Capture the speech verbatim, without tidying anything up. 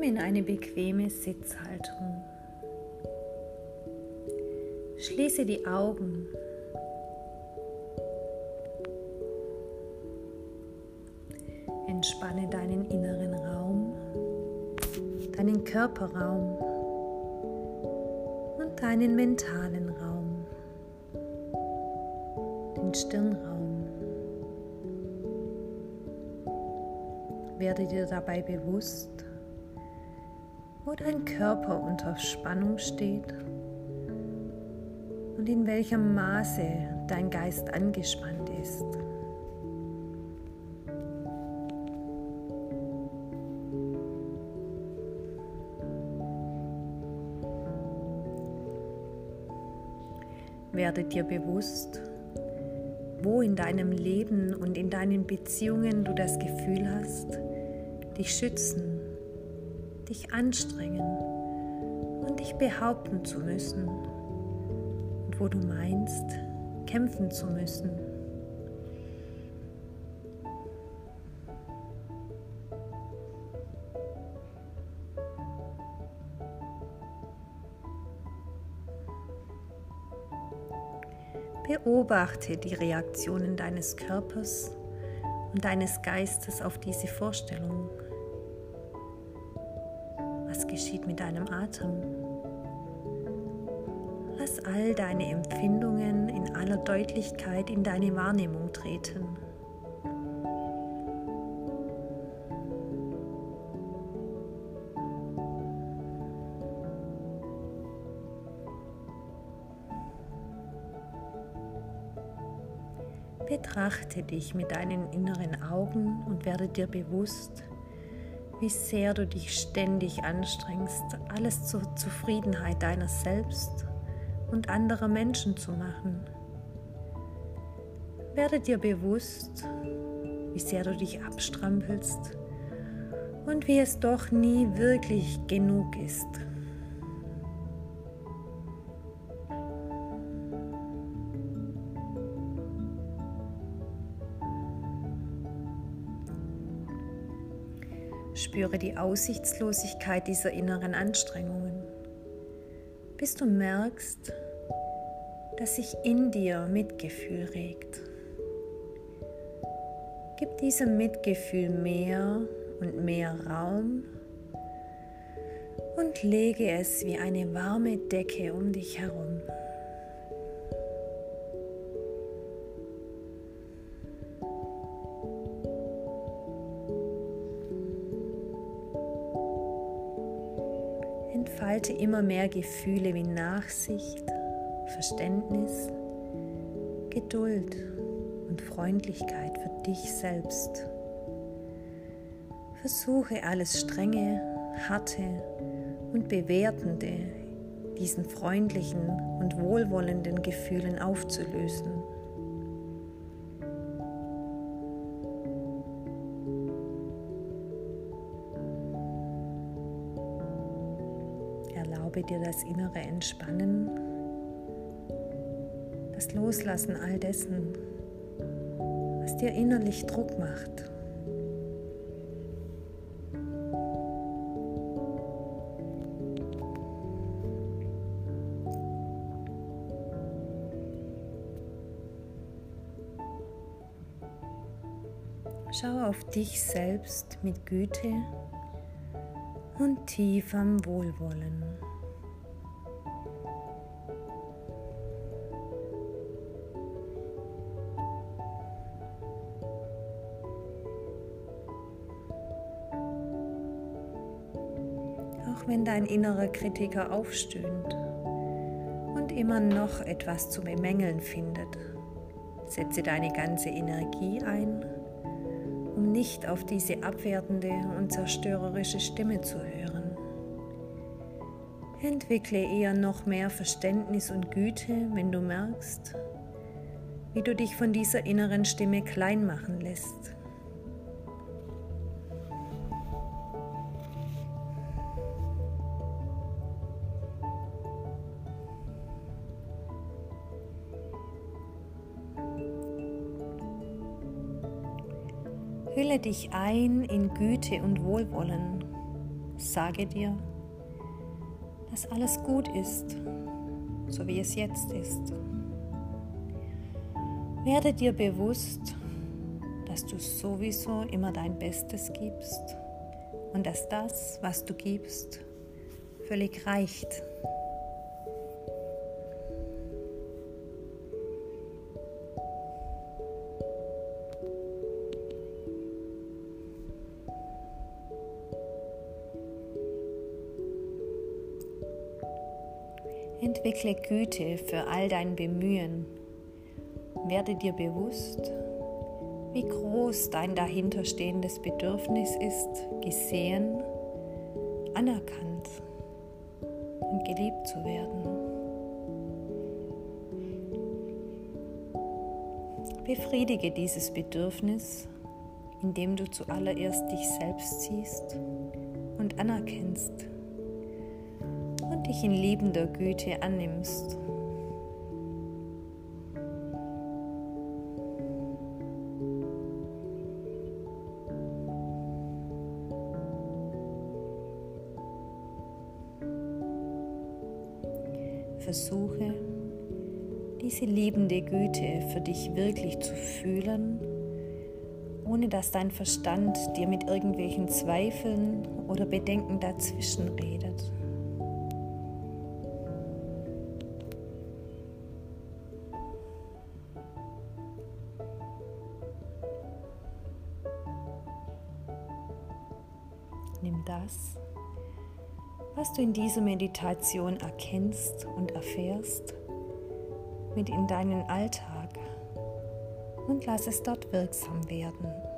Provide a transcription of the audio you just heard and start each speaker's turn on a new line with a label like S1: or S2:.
S1: Komm in eine bequeme Sitzhaltung. Schließe die Augen. Entspanne deinen inneren Raum, deinen Körperraum und deinen mentalen Raum, den Stirnraum. Werde dir dabei bewusst, wo dein Körper unter Spannung steht und in welchem Maße dein Geist angespannt ist. Werde dir bewusst, wo in deinem Leben und in deinen Beziehungen du das Gefühl hast, dich schützen, dich anstrengen und dich behaupten zu müssen und wo du meinst, kämpfen zu müssen. Beobachte die Reaktionen deines Körpers und deines Geistes auf diese Vorstellung. Was geschieht mit deinem Atem? Lass all deine Empfindungen in aller Deutlichkeit in deine Wahrnehmung treten. Betrachte dich mit deinen inneren Augen und werde dir bewusst, wie sehr du dich ständig anstrengst, alles zur Zufriedenheit deiner selbst und anderer Menschen zu machen. Werde dir bewusst, wie sehr du dich abstrampelst und wie es doch nie wirklich genug ist. Spüre die Aussichtslosigkeit dieser inneren Anstrengungen, bis du merkst, dass sich in dir Mitgefühl regt. Gib diesem Mitgefühl mehr und mehr Raum und lege es wie eine warme Decke um dich herum. Entfalte immer mehr Gefühle wie Nachsicht, Verständnis, Geduld und Freundlichkeit für dich selbst. Versuche alles Strenge, Harte und Bewertende diesen freundlichen und wohlwollenden Gefühlen aufzulösen. Erlaube dir das innere Entspannen, das Loslassen all dessen, was dir innerlich Druck macht. Schau auf dich selbst mit Güte und tiefem Wohlwollen. Auch wenn dein innerer Kritiker aufstöhnt und immer noch etwas zu bemängeln findet, setze deine ganze Energie ein, um nicht auf diese abwertende und zerstörerische Stimme zu hören. Entwickle eher noch mehr Verständnis und Güte, wenn du merkst, wie du dich von dieser inneren Stimme klein machen lässt. Hülle dich ein in Güte und Wohlwollen, sage dir, dass alles gut ist, so wie es jetzt ist. Werde dir bewusst, dass du sowieso immer dein Bestes gibst und dass das, was du gibst, völlig reicht. Entwickle Güte für all dein Bemühen. Werde dir bewusst, wie groß dein dahinterstehendes Bedürfnis ist, gesehen, anerkannt und geliebt zu werden. Befriedige dieses Bedürfnis, indem du zuallererst dich selbst siehst und anerkennst und dich in liebender Güte annimmst. Versuche, diese liebende Güte für dich wirklich zu fühlen, ohne dass dein Verstand dir mit irgendwelchen Zweifeln oder Bedenken dazwischen redet. Nimm das, was du in dieser Meditation erkennst und erfährst, mit in deinen Alltag und lass es dort wirksam werden.